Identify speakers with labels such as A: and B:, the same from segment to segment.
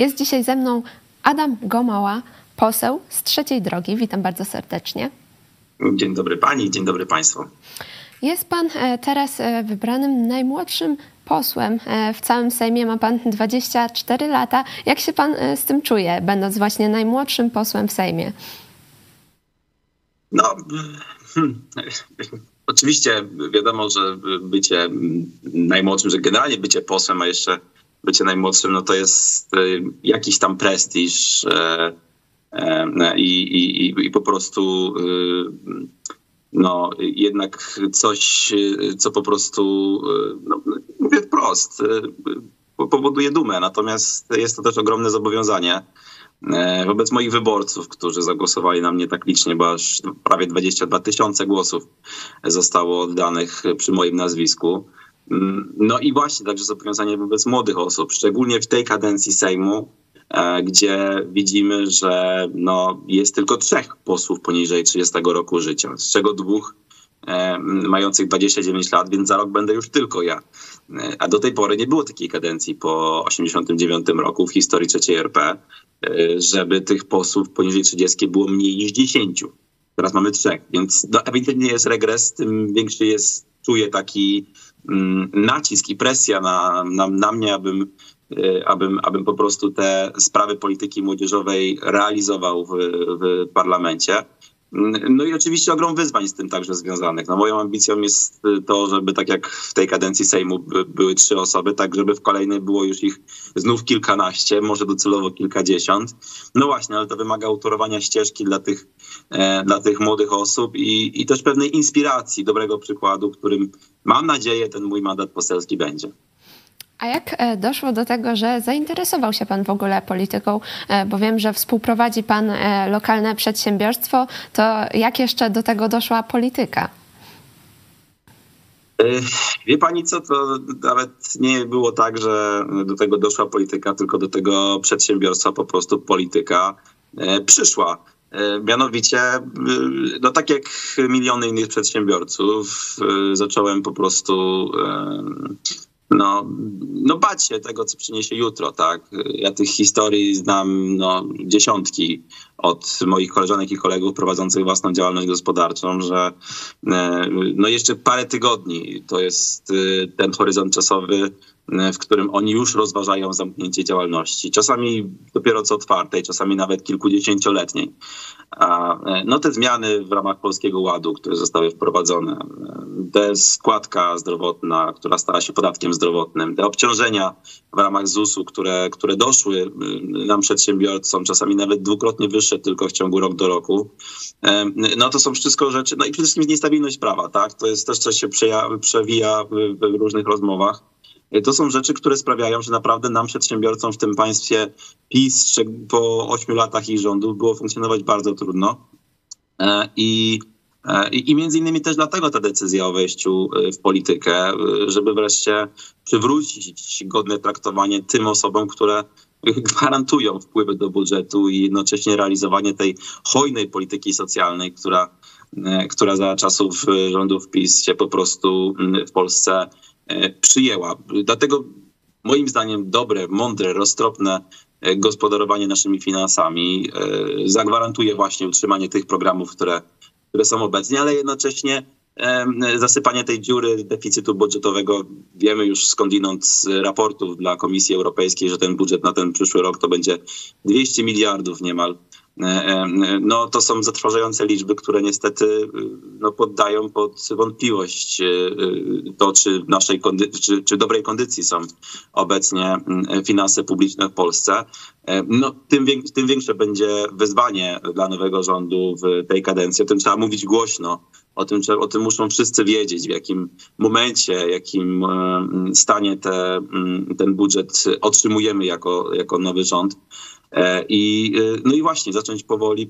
A: Jest dzisiaj ze mną Adam Gomoła, poseł z Trzeciej Drogi. Witam bardzo serdecznie.
B: Dzień dobry pani, dzień dobry państwu.
A: Jest pan teraz wybranym najmłodszym posłem w całym Sejmie. Ma pan 24 lata. Jak się pan z tym czuje, będąc właśnie najmłodszym posłem w Sejmie?
B: No, oczywiście wiadomo, że bycie najmłodszym, że generalnie bycie posłem, a jeszcze bycie najmłodszym, no to jest jakiś tam prestiż i po prostu no jednak coś, co po prostu, no, mówię wprost, powoduje dumę. Natomiast jest to też ogromne zobowiązanie wobec moich wyborców, którzy zagłosowali na mnie tak licznie, bo aż prawie 22 000 głosów zostało oddanych przy moim nazwisku. No i właśnie także zobowiązanie wobec młodych osób, szczególnie w tej kadencji Sejmu, gdzie widzimy, że no, jest tylko 3 posłów poniżej 30 roku życia, z czego 2 mających 29 lat, więc za rok będę już tylko ja. A do tej pory nie było takiej kadencji po 89 roku w historii III RP, żeby tych posłów poniżej 30 było mniej niż 10. Teraz mamy 3, więc no, ewidentnie jest regres, tym większy jest, czuję taki nacisk i presja na mnie, abym po prostu te sprawy polityki młodzieżowej realizował w parlamencie. No i oczywiście ogrom wyzwań z tym także związanych. No moją ambicją jest to, żeby tak jak w tej kadencji Sejmu były 3 osoby, tak żeby w kolejnej było już ich znów kilkanaście, może docelowo kilkadziesiąt. No właśnie, ale to wymaga utorowania ścieżki dla tych młodych osób i też pewnej inspiracji, dobrego przykładu, którym mam nadzieję ten mój mandat poselski będzie.
A: A jak doszło do tego, że zainteresował się pan w ogóle polityką, bo wiem, że współprowadzi pan lokalne przedsiębiorstwo, to jak jeszcze do tego doszła polityka?
B: Wie pani co, to nawet nie było tak, że do tego doszła polityka, tylko do tego przedsiębiorstwa po prostu polityka przyszła. Mianowicie, no tak jak miliony innych przedsiębiorców, zacząłem po prostu no bać się tego, co przyniesie jutro, tak? Ja tych historii znam dziesiątki od moich koleżanek i kolegów prowadzących własną działalność gospodarczą, że no jeszcze parę tygodni to jest ten horyzont czasowy, w którym oni już rozważają zamknięcie działalności. Czasami dopiero co otwartej, czasami nawet kilkudziesięcioletniej. No te zmiany w ramach Polskiego Ładu, które zostały wprowadzone, te składka zdrowotna, która stała się podatkiem zdrowotnym, te obciążenia w ramach ZUS-u, które doszły nam przedsiębiorcom, czasami nawet dwukrotnie wyższe tylko w ciągu rok do roku, no to są wszystko rzeczy, no i przede wszystkim niestabilność prawa, tak? To jest też coś się przewija w różnych rozmowach. To są rzeczy, które sprawiają, że naprawdę nam, przedsiębiorcom w tym państwie PiS po 8 latach ich rządów było funkcjonować bardzo trudno. I między innymi też dlatego ta decyzja o wejściu w politykę, żeby wreszcie przywrócić godne traktowanie tym osobom, które gwarantują wpływy do budżetu i jednocześnie realizowanie tej hojnej polityki socjalnej, która za czasów rządów PiS się po prostu w Polsce przyjęła. Dlatego moim zdaniem dobre, mądre, roztropne gospodarowanie naszymi finansami zagwarantuje właśnie utrzymanie tych programów, które są obecnie, ale jednocześnie zasypanie tej dziury deficytu budżetowego. Wiemy już skądinąd z raportów dla Komisji Europejskiej, że ten budżet na ten przyszły rok to będzie 200 miliardów niemal. No to są zatrważające liczby, które niestety poddają pod wątpliwość to, czy w naszej czy w dobrej kondycji są obecnie finanse publiczne w Polsce. No tym większe będzie wyzwanie dla nowego rządu w tej kadencji. O tym trzeba mówić głośno. O tym muszą wszyscy wiedzieć, w jakim momencie, jakim stanie ten budżet otrzymujemy jako nowy rząd. No i właśnie zacząć powoli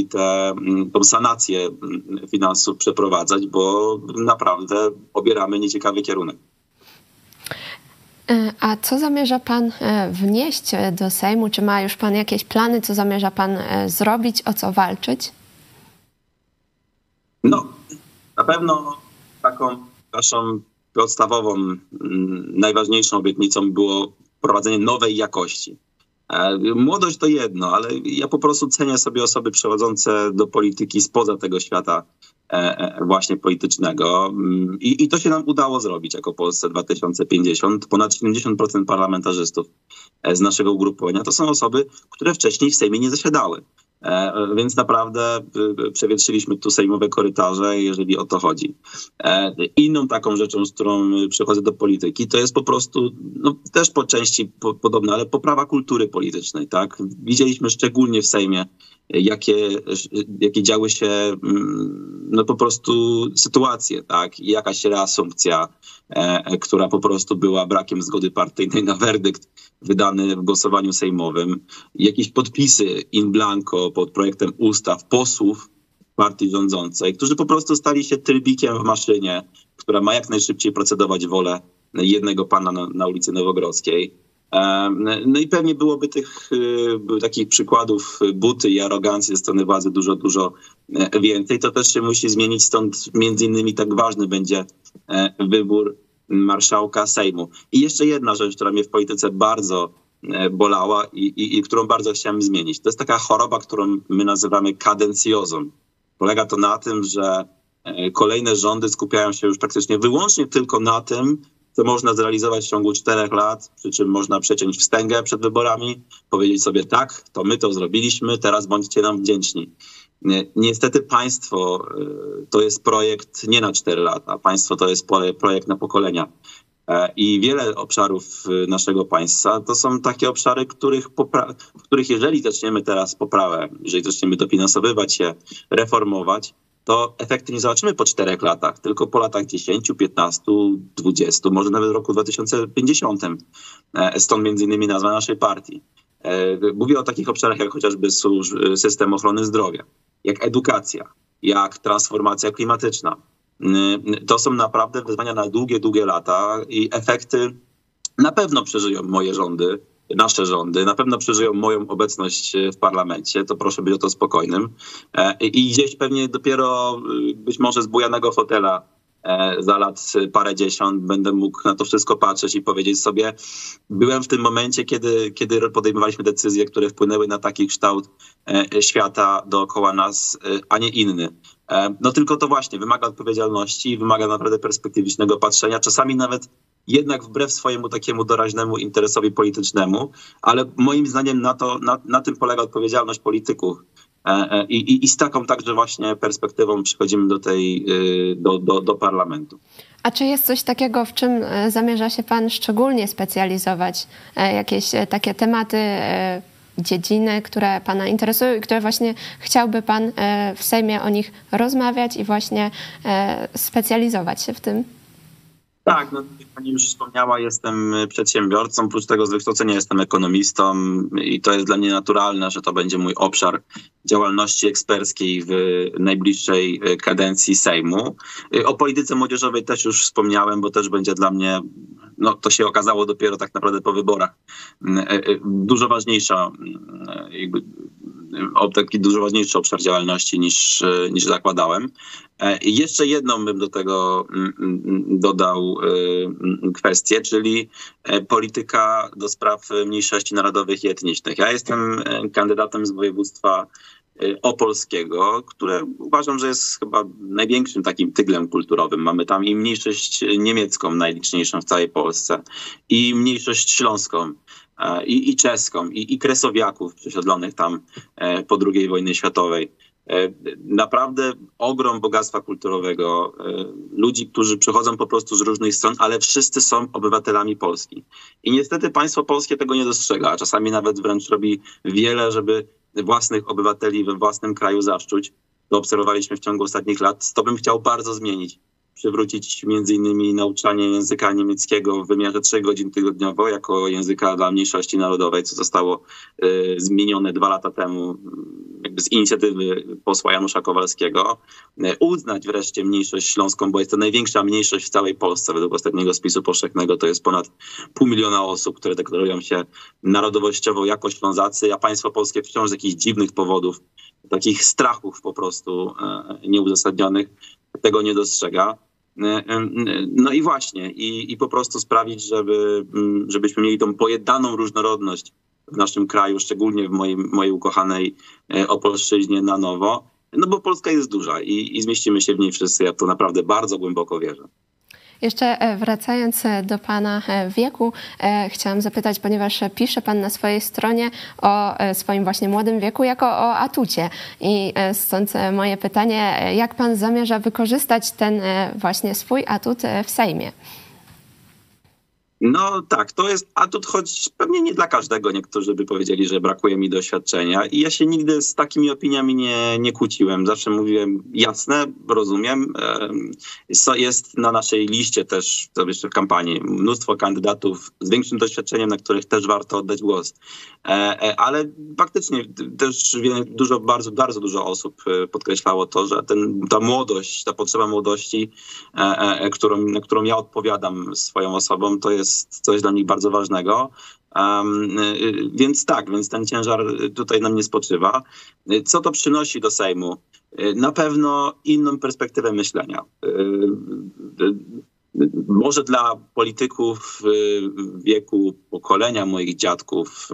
B: tą sanację finansów przeprowadzać, bo naprawdę obieramy nieciekawy kierunek.
A: A co zamierza pan wnieść do Sejmu? Czy ma już pan jakieś plany, co zamierza pan zrobić, o co walczyć?
B: No, na pewno taką naszą podstawową, najważniejszą obietnicą było wprowadzenie nowej jakości. Młodość to jedno, ale ja po prostu cenię sobie osoby przechodzące do polityki spoza tego świata właśnie politycznego. I to się nam udało zrobić jako Polsce 2050. Ponad 70% parlamentarzystów z naszego ugrupowania to są osoby, które wcześniej w Sejmie nie zasiadały. Więc naprawdę przewietrzyliśmy tu sejmowe korytarze, jeżeli o to chodzi. Inną taką rzeczą, z którą przechodzę do polityki, to jest po prostu, no, też po części podobne, ale poprawa kultury politycznej. Tak? Widzieliśmy szczególnie w Sejmie, jakie działy się no, po prostu sytuacje, tak? I jakaś reasumpcja, która po prostu była brakiem zgody partyjnej na werdykt wydany w głosowaniu sejmowym, jakieś podpisy in blanco pod projektem ustaw posłów partii rządzącej, którzy po prostu stali się trybikiem w maszynie, która ma jak najszybciej procedować wolę jednego pana na ulicy Nowogrodzkiej. No i pewnie byłoby tych takich przykładów buty i arogancji ze strony władzy dużo więcej. To też się musi zmienić, stąd między innymi tak ważny będzie wybór marszałka Sejmu. I jeszcze jedna rzecz, która mnie w polityce bardzo bolała i którą bardzo chciałem zmienić. To jest taka choroba, którą my nazywamy kadencjozą. Polega to na tym, że kolejne rządy skupiają się już praktycznie wyłącznie tylko na tym, co można zrealizować w ciągu 4 lat, przy czym można przeciąć wstęgę przed wyborami, powiedzieć sobie tak, to my to zrobiliśmy, teraz bądźcie nam wdzięczni. Niestety państwo to jest projekt nie na 4 lata, państwo to jest projekt na pokolenia. I wiele obszarów naszego państwa to są takie obszary, w których jeżeli zaczniemy teraz poprawę, jeżeli zaczniemy dofinansowywać się, reformować, to efekty nie zobaczymy po 4 latach, tylko po latach 10, 15, 20, może nawet w roku 2050. Stąd między innymi nazwa naszej partii. Mówię o takich obszarach jak chociażby system ochrony zdrowia, jak edukacja, jak transformacja klimatyczna. To są naprawdę wyzwania na długie lata i efekty na pewno przeżyją moje rządy, nasze rządy, na pewno przeżyją moją obecność w parlamencie, to proszę być o to spokojnym. I gdzieś pewnie dopiero być może z bujanego fotela za lat parędziesiąt będę mógł na to wszystko patrzeć i powiedzieć sobie, byłem w tym momencie, kiedy podejmowaliśmy decyzje, które wpłynęły na taki kształt świata dookoła nas, a nie inny. No tylko to właśnie wymaga odpowiedzialności, wymaga naprawdę perspektywicznego patrzenia, czasami nawet jednak wbrew swojemu takiemu doraźnemu interesowi politycznemu, ale moim zdaniem na tym polega odpowiedzialność polityków. I z taką także właśnie perspektywą przychodzimy do parlamentu.
A: A czy jest coś takiego, w czym zamierza się pan szczególnie specjalizować? Jakieś takie tematy, dziedziny, które pana interesują i które właśnie chciałby pan w Sejmie o nich rozmawiać i właśnie specjalizować się w tym?
B: Tak, no jak pani już wspomniała, jestem przedsiębiorcą, oprócz tego z wykształcenia jestem ekonomistą i to jest dla mnie naturalne, że to będzie mój obszar działalności eksperckiej w najbliższej kadencji Sejmu. O polityce młodzieżowej też już wspomniałem, bo też będzie dla mnie, no to się okazało dopiero tak naprawdę po wyborach, dużo ważniejsza, taki dużo ważniejszy obszar działalności niż zakładałem. I jeszcze jedną bym do tego dodał kwestię, czyli polityka do spraw mniejszości narodowych i etnicznych. Ja jestem kandydatem z województwa opolskiego, które uważam, że jest chyba największym takim tyglem kulturowym. Mamy tam i mniejszość niemiecką, najliczniejszą w całej Polsce, i mniejszość śląską, i czeską, i kresowiaków przesiedlonych tam po II wojnie światowej. Naprawdę ogrom bogactwa kulturowego, ludzi, którzy przychodzą po prostu z różnych stron, ale wszyscy są obywatelami Polski. I niestety państwo polskie tego nie dostrzega, a czasami nawet wręcz robi wiele, żeby własnych obywateli we własnym kraju zaszczuć. To obserwowaliśmy w ciągu ostatnich lat. To bym chciał bardzo zmienić. Przywrócić między innymi nauczanie języka niemieckiego w wymiarze 3 godzin tygodniowo jako języka dla mniejszości narodowej, co zostało zmienione 2 lata temu jakby z inicjatywy posła Janusza Kowalskiego. Uznać wreszcie mniejszość śląską, bo jest to największa mniejszość w całej Polsce. Według ostatniego spisu powszechnego to jest ponad 500 000 osób, które deklarują się narodowościowo jako Ślązacy, a państwo polskie wciąż z jakichś dziwnych powodów, takich strachów po prostu nieuzasadnionych, tego nie dostrzega. No i właśnie, i po prostu sprawić, żebyśmy mieli tą pojednaną różnorodność w naszym kraju, szczególnie w mojej ukochanej Opolszczyźnie na nowo, no bo Polska jest duża i zmieścimy się w niej wszyscy. Ja to naprawdę bardzo głęboko wierzę.
A: Jeszcze wracając do pana wieku, chciałam zapytać, ponieważ pisze pan na swojej stronie o swoim właśnie młodym wieku jako o atucie. I stąd moje pytanie, jak pan zamierza wykorzystać ten właśnie swój atut w Sejmie?
B: No tak, to jest atut, choć pewnie nie dla każdego. Niektórzy by powiedzieli, że brakuje mi doświadczenia i ja się nigdy z takimi opiniami nie kłóciłem. Zawsze mówiłem jasne, rozumiem. Jest na naszej liście też, to jeszcze w kampanii, mnóstwo kandydatów z większym doświadczeniem, na których też warto oddać głos. Ale faktycznie też bardzo dużo osób podkreślało to, że ta młodość, ta potrzeba młodości, na którą ja odpowiadam swoją osobą, to jest coś dla nich bardzo ważnego. Więc ten ciężar tutaj na mnie spoczywa. Co to przynosi do Sejmu? Na pewno inną perspektywę myślenia. Może dla polityków w wieku pokolenia moich dziadków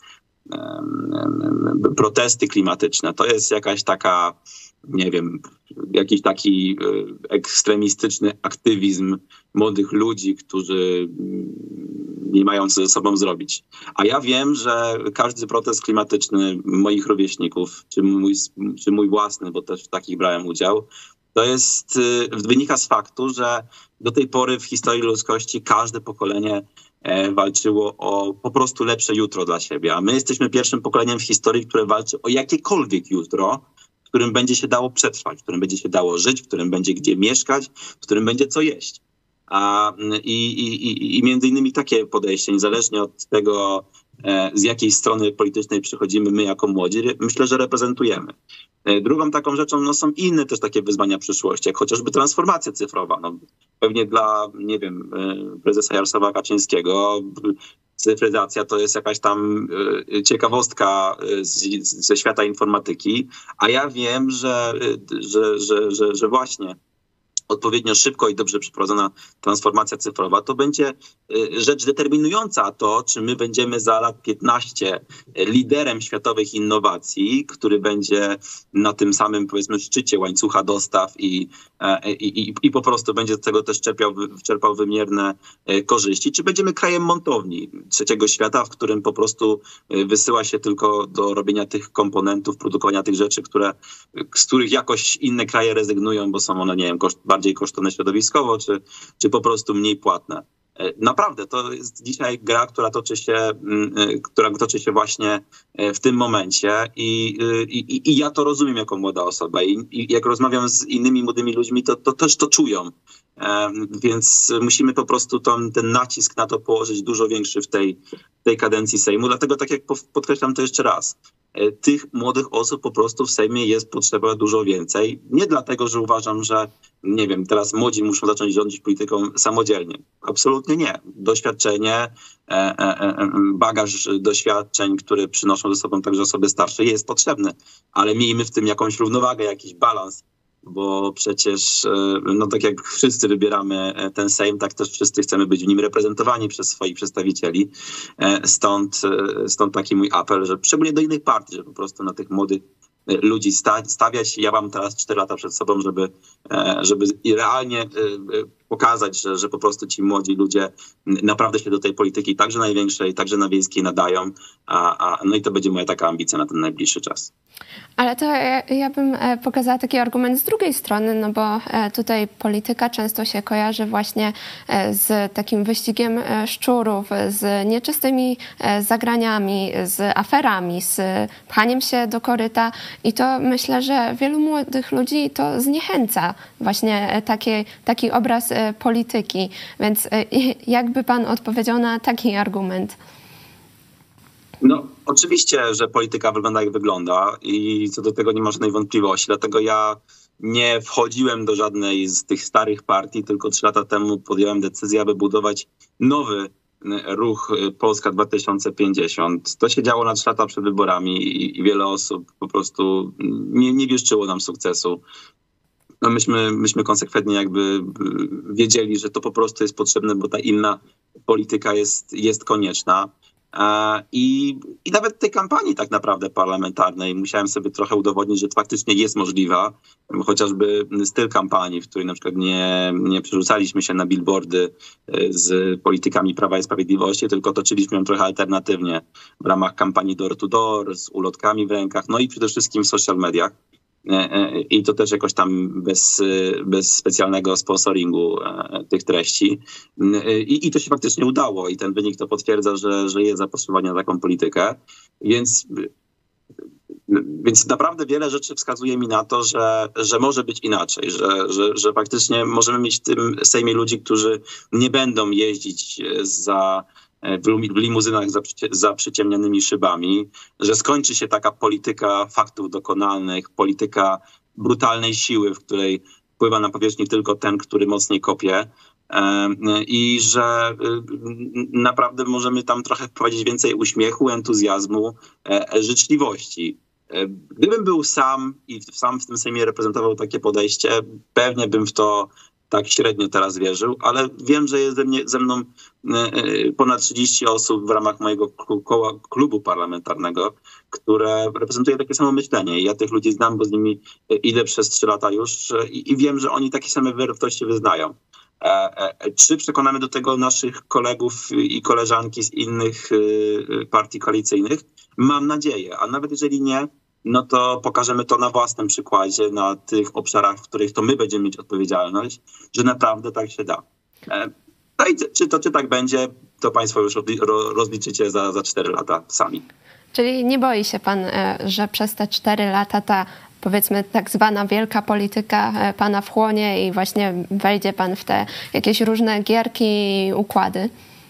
B: protesty klimatyczne to jest jakaś taka, nie wiem, jakiś taki ekstremistyczny aktywizm młodych ludzi, którzy nie mają co ze sobą zrobić. A ja wiem, że każdy protest klimatyczny moich rówieśników, czy mój własny, bo też w takich brałem udział, to wynika z faktu, że do tej pory w historii ludzkości każde pokolenie walczyło o po prostu lepsze jutro dla siebie. A my jesteśmy pierwszym pokoleniem w historii, które walczy o jakiekolwiek jutro, w którym będzie się dało przetrwać, w którym będzie się dało żyć, w którym będzie gdzie mieszkać, w którym będzie co jeść. I między innymi takie podejście, niezależnie od tego, z jakiej strony politycznej przychodzimy my jako młodzi, myślę, że reprezentujemy. Drugą taką rzeczą są inne też takie wyzwania przyszłości, jak chociażby transformacja cyfrowa. Pewnie dla, nie wiem, prezesa Jarosława Kaczyńskiego cyfryzacja to jest jakaś tam ciekawostka ze świata informatyki, a ja wiem, że właśnie odpowiednio szybko i dobrze przeprowadzona transformacja cyfrowa, to będzie rzecz determinująca to, czy my będziemy za lat 15 liderem światowych innowacji, który będzie na tym samym, powiedzmy, szczycie łańcucha dostaw i po prostu będzie z tego też czerpał wymierne korzyści, czy będziemy krajem montowni trzeciego świata, w którym po prostu wysyła się tylko do robienia tych komponentów, produkowania tych rzeczy, z których jakoś inne kraje rezygnują, bo są one, nie wiem, bardziej kosztowne środowiskowo, czy po prostu mniej płatne. Naprawdę, to jest dzisiaj gra, która toczy się właśnie w tym momencie i ja to rozumiem jako młoda osoba i jak rozmawiam z innymi młodymi ludźmi, to też to czują. Więc musimy po prostu ten nacisk na to położyć dużo większy w tej kadencji Sejmu. Dlatego, tak jak podkreślam to jeszcze raz, tych młodych osób po prostu w Sejmie jest potrzeba dużo więcej. Nie dlatego, że uważam, że nie wiem, teraz młodzi muszą zacząć rządzić polityką samodzielnie. Absolutnie nie. Doświadczenie, bagaż doświadczeń, które przynoszą ze sobą także osoby starsze, jest potrzebny. Ale miejmy w tym jakąś równowagę, jakiś balans, bo przecież, tak jak wszyscy wybieramy ten Sejm, tak też wszyscy chcemy być w nim reprezentowani przez swoich przedstawicieli. Stąd taki mój apel, że szczególnie do innych partii, że po prostu na tych młodych ludzi stawiać. Ja mam teraz 4 lata przed sobą, żeby realnie pokazać, że po prostu ci młodzi ludzie naprawdę się do tej polityki, także największej, także na wiejskiej nadają. No i to będzie moja taka ambicja na ten najbliższy czas.
A: Ale to ja bym pokazała taki argument z drugiej strony, no bo tutaj polityka często się kojarzy właśnie z takim wyścigiem szczurów, z nieczystymi zagraniami, z aferami, z pchaniem się do koryta i to myślę, że wielu młodych ludzi to zniechęca właśnie taki obraz polityki. Więc jakby pan odpowiedział na taki argument?
B: No, oczywiście, że polityka wygląda jak wygląda i co do tego nie ma żadnej wątpliwości. Dlatego ja nie wchodziłem do żadnej z tych starych partii, tylko 3 lata temu podjąłem decyzję, aby budować nowy ruch Polska 2050. To się działo na 3 lata przed wyborami i wiele osób po prostu nie wieszczyło nam sukcesu. No myśmy konsekwentnie jakby wiedzieli, że to po prostu jest potrzebne, bo ta inna polityka jest konieczna. I nawet tej kampanii tak naprawdę parlamentarnej musiałem sobie trochę udowodnić, że to faktycznie jest możliwa. Chociażby styl kampanii, w której na przykład nie przerzucaliśmy się na billboardy z politykami Prawa i Sprawiedliwości, tylko toczyliśmy ją trochę alternatywnie w ramach kampanii door to door, z ulotkami w rękach, no i przede wszystkim w social mediach. I to też jakoś tam bez specjalnego sponsoringu tych treści. I to się faktycznie udało i ten wynik to potwierdza, że jest zapotrzebowanie na taką politykę. Więc naprawdę wiele rzeczy wskazuje mi na to, że może być inaczej, że faktycznie możemy mieć w tym Sejmie ludzi, którzy nie będą jeździć w limuzynach za przyciemnionymi szybami, że skończy się taka polityka faktów dokonalnych, polityka brutalnej siły, w której wpływa na powierzchnię tylko ten, który mocniej kopie, i że naprawdę możemy tam trochę wprowadzić więcej uśmiechu, entuzjazmu, życzliwości. Gdybym był sam i sam w tym Sejmie reprezentował takie podejście, pewnie bym w to tak średnio teraz wierzył, ale wiem, że jest ze mną ponad 30 osób w ramach mojego klubu parlamentarnego, które reprezentuje takie samo myślenie. Ja tych ludzi znam, bo z nimi idę przez 3 lata już i wiem, że oni takie same wartości wyznają. Czy przekonamy do tego naszych kolegów i koleżanki z innych partii koalicyjnych? Mam nadzieję, a nawet jeżeli nie, no to pokażemy to na własnym przykładzie, na tych obszarach, w których to my będziemy mieć odpowiedzialność, że naprawdę tak się da. No i czy tak będzie, to państwo już rozliczycie za 4 lata sami.
A: Czyli nie boi się pan, że przez te 4 lata ta, powiedzmy, tak zwana wielka polityka pana wchłonie i właśnie wejdzie pan w te jakieś różne gierki i układy?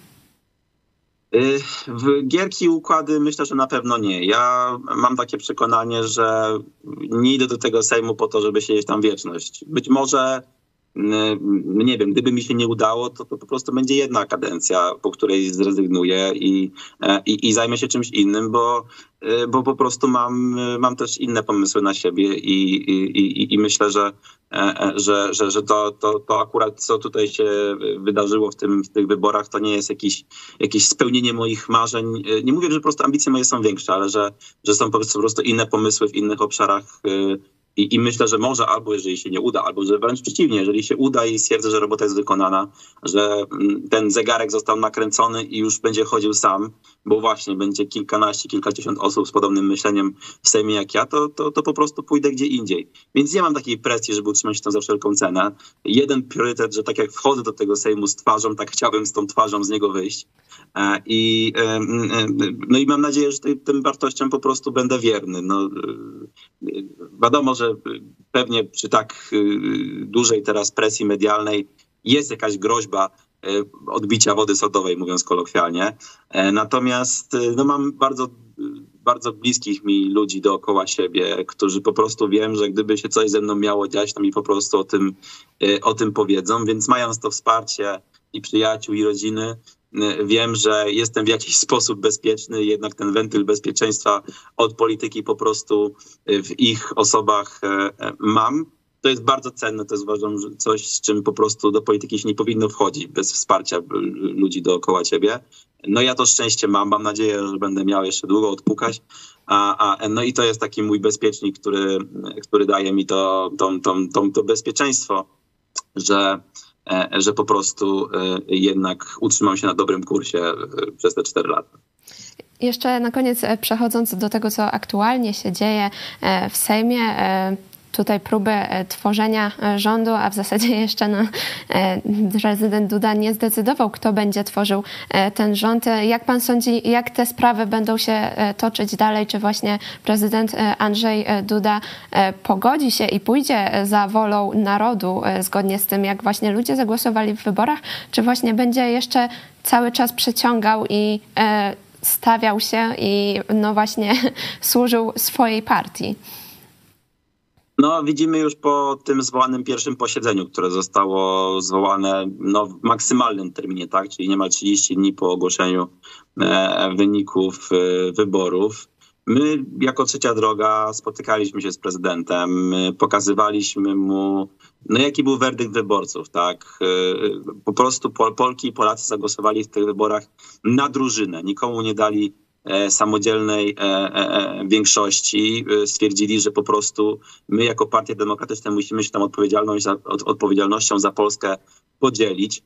B: W gierki i układy myślę, że na pewno nie. Ja mam takie przekonanie, że nie idę do tego Sejmu po to, żeby siedzieć tam wieczność. Być może, nie wiem, gdyby mi się nie udało, to po prostu będzie jedna kadencja, po której zrezygnuję i zajmę się czymś innym, bo po prostu mam też inne pomysły na siebie i myślę, że to akurat co tutaj się wydarzyło w tych wyborach, to nie jest jakieś spełnienie moich marzeń. Nie mówię, że po prostu ambicje moje są większe, ale że są po prostu inne pomysły w innych obszarach. I myślę, że może albo jeżeli się nie uda, albo że wręcz przeciwnie, jeżeli się uda i stwierdzę, że robota jest wykonana, że ten zegarek został nakręcony i już będzie chodził sam, bo właśnie będzie kilkanaście, kilkadziesiąt osób z podobnym myśleniem w Sejmie jak ja, to po prostu pójdę gdzie indziej. Więc nie mam takiej presji, żeby utrzymać się tam za wszelką cenę. Jeden priorytet, że tak jak wchodzę do tego Sejmu z twarzą, tak chciałbym z tą twarzą z niego wyjść. No i mam nadzieję, że tym wartościom po prostu będę wierny. No, wiadomo, że pewnie przy tak dużej teraz presji medialnej jest jakaś groźba odbicia wody sodowej, mówiąc kolokwialnie. Natomiast no, mam bardzo, bardzo bliskich mi ludzi dookoła siebie, którzy po prostu wiem, że gdyby się coś ze mną miało dziać, to mi po prostu o tym powiedzą. Więc mając to wsparcie i przyjaciół, i rodziny, wiem, że jestem w jakiś sposób bezpieczny, jednak ten wentyl bezpieczeństwa od polityki po prostu w ich osobach mam. To jest bardzo cenne, to jest uważam że coś, z czym po prostu do polityki się nie powinno wchodzić bez wsparcia ludzi dookoła ciebie. No ja to szczęście mam nadzieję, że będę miał jeszcze długo odpukać. No i to jest taki mój bezpiecznik, który daje mi to bezpieczeństwo, że po prostu jednak utrzymam się na dobrym kursie przez te 4 lata.
A: Jeszcze na koniec, przechodząc do tego, co aktualnie się dzieje w Sejmie, tutaj próby tworzenia rządu, a w zasadzie jeszcze prezydent Duda nie zdecydował, kto będzie tworzył ten rząd. Jak pan sądzi, jak te sprawy będą się toczyć dalej? Czy właśnie prezydent Andrzej Duda pogodzi się i pójdzie za wolą narodu, zgodnie z tym, jak właśnie ludzie zagłosowali w wyborach? Czy właśnie będzie jeszcze cały czas przeciągał i stawiał się i no właśnie służył swojej partii?
B: No, widzimy już po tym zwołanym pierwszym posiedzeniu, które zostało zwołane w maksymalnym terminie, tak, czyli niemal 30 dni po ogłoszeniu wyników wyborów, My jako Trzecia Droga spotykaliśmy się z prezydentem, pokazywaliśmy mu, jaki był werdykt wyborców, tak? Po prostu Polki i Polacy zagłosowali w tych wyborach na drużynę, nikomu nie dali samodzielnej większości. Stwierdzili, że po prostu my jako Partia Demokratyczna musimy się tam odpowiedzialnością za Polskę podzielić.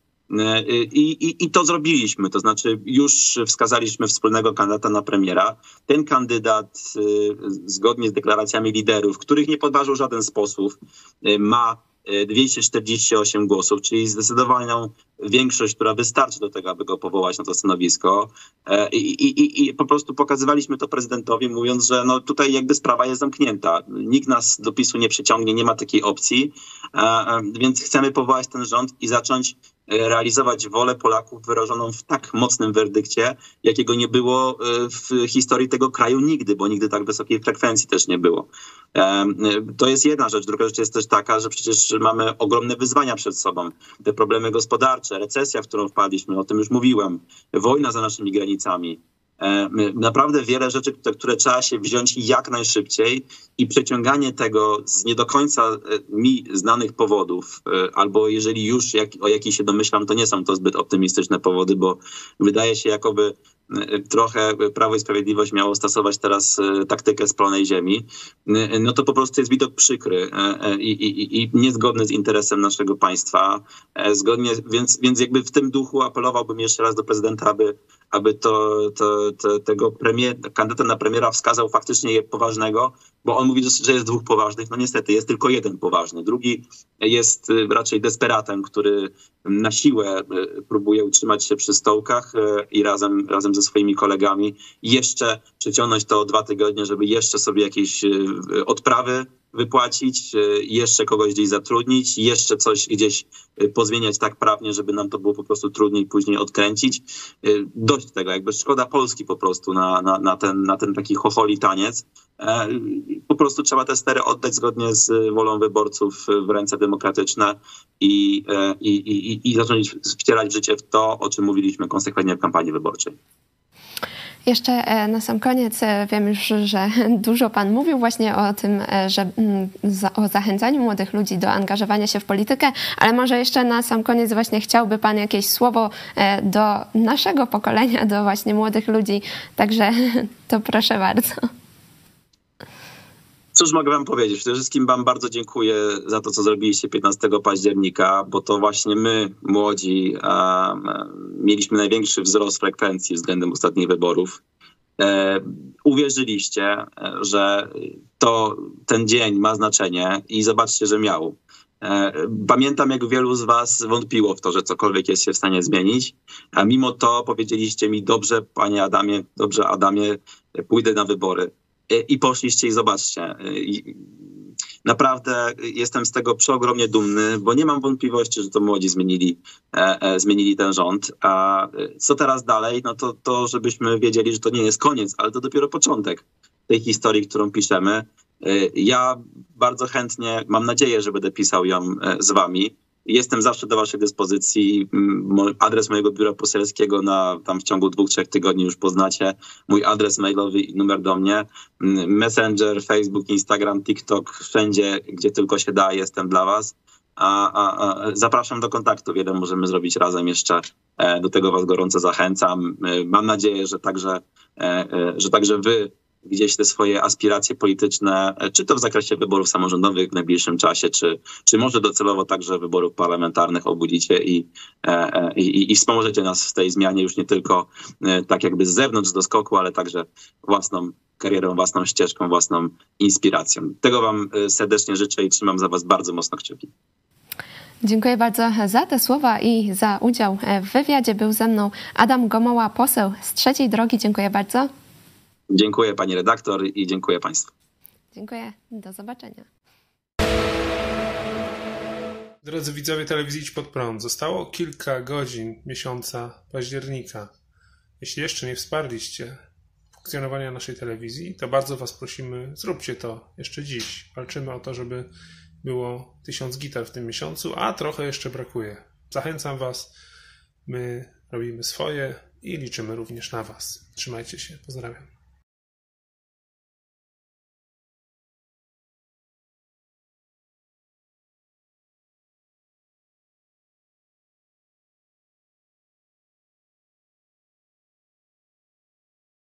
B: I to zrobiliśmy, to znaczy już wskazaliśmy wspólnego kandydata na premiera. Ten kandydat zgodnie z deklaracjami liderów, których nie podważył w żaden sposób, ma 248 głosów, czyli zdecydowaną większość, która wystarczy do tego, aby go powołać na to stanowisko. I po prostu pokazywaliśmy to prezydentowi, mówiąc, że tutaj jakby sprawa jest zamknięta. Nikt nas do PiS-u nie przyciągnie, nie ma takiej opcji, więc chcemy powołać ten rząd i zacząć realizować wolę Polaków wyrażoną w tak mocnym werdykcie, jakiego nie było w historii tego kraju nigdy, bo nigdy tak wysokiej frekwencji też nie było. To jest jedna rzecz. Druga rzecz jest też taka, że przecież mamy ogromne wyzwania przed sobą. Te problemy gospodarcze, recesja, w którą wpadliśmy, o tym już mówiłem, wojna za naszymi granicami. Naprawdę wiele rzeczy, które trzeba się wziąć jak najszybciej i przeciąganie tego z nie do końca mi znanych powodów, albo jeżeli już o jakich się domyślam, to nie są to zbyt optymistyczne powody, bo wydaje się, jakoby trochę Prawo i Sprawiedliwość miało stosować teraz taktykę spalonej ziemi, to po prostu jest widok przykry i niezgodny z interesem naszego państwa. Więc jakby w tym duchu apelowałbym jeszcze raz do prezydenta, aby tego kandydata na premiera wskazał faktycznie poważnego, bo on mówi, że jest dwóch poważnych. No niestety, jest tylko jeden poważny. Drugi jest raczej desperatem, który na siłę próbuje utrzymać się przy stołkach i razem ze swoimi kolegami jeszcze przeciągnąć to o 2 tygodnie, żeby jeszcze sobie jakieś odprawy wypłacić, jeszcze kogoś gdzieś zatrudnić, jeszcze coś gdzieś pozmieniać tak prawnie, żeby nam to było po prostu trudniej później odkręcić. Dość tego, jakby szkoda Polski po prostu na ten taki chocholi taniec. Po prostu trzeba te stery oddać zgodnie z wolą wyborców w ręce demokratyczne i zacząć wcierać w życie w to, o czym mówiliśmy konsekwentnie w kampanii wyborczej.
A: Jeszcze na sam koniec, wiem już, że dużo pan mówił właśnie o tym, że o zachęcaniu młodych ludzi do angażowania się w politykę, ale może jeszcze na sam koniec właśnie chciałby pan jakieś słowo do naszego pokolenia, do właśnie młodych ludzi, także to proszę bardzo.
B: Cóż mogę wam powiedzieć? Przede wszystkim wam bardzo dziękuję za to, co zrobiliście 15 października, bo to właśnie my, młodzi, mieliśmy największy wzrost frekwencji względem ostatnich wyborów. Uwierzyliście, że ten dzień ma znaczenie i zobaczcie, że miał. Pamiętam, jak wielu z was wątpiło w to, że cokolwiek jest się w stanie zmienić, a mimo to powiedzieliście mi: dobrze, panie Adamie, dobrze, Adamie, pójdę na wybory. I poszliście i zobaczcie. Naprawdę jestem z tego przeogromnie dumny, bo nie mam wątpliwości, że to młodzi zmienili ten rząd. A co teraz dalej? To żebyśmy wiedzieli, że to nie jest koniec, ale to dopiero początek tej historii, którą piszemy. Ja bardzo chętnie, mam nadzieję, że będę pisał ją z wami. Jestem zawsze do waszej dyspozycji. Adres mojego biura poselskiego tam w ciągu 2-3 tygodni już poznacie. Mój adres mailowy i numer do mnie. Messenger, Facebook, Instagram, TikTok, wszędzie, gdzie tylko się da, jestem dla was. Zapraszam do kontaktu. Wiele możemy zrobić razem jeszcze. Do tego was gorąco zachęcam. Mam nadzieję, że także wy gdzieś te swoje aspiracje polityczne, czy to w zakresie wyborów samorządowych w najbliższym czasie, czy może docelowo także wyborów parlamentarnych obudzicie i wspomożecie nas w tej zmianie już nie tylko tak jakby z zewnątrz do skoku, ale także własną karierą, własną ścieżką, własną inspiracją. Tego wam serdecznie życzę i trzymam za was bardzo mocno kciuki.
A: Dziękuję bardzo za te słowa i za udział w wywiadzie. Był ze mną Adam Gomoła, poseł z Trzeciej Drogi. Dziękuję bardzo.
B: Dziękuję pani redaktor i dziękuję państwu.
A: Dziękuję. Do zobaczenia.
C: Drodzy widzowie telewizji Idź Pod Prąd, zostało kilka godzin miesiąca października. Jeśli jeszcze nie wsparliście funkcjonowania naszej telewizji, to bardzo was prosimy, zróbcie to jeszcze dziś. Walczymy o to, żeby było 1000 gitar w tym miesiącu, a trochę jeszcze brakuje. Zachęcam was, my robimy swoje i liczymy również na was. Trzymajcie się, pozdrawiam.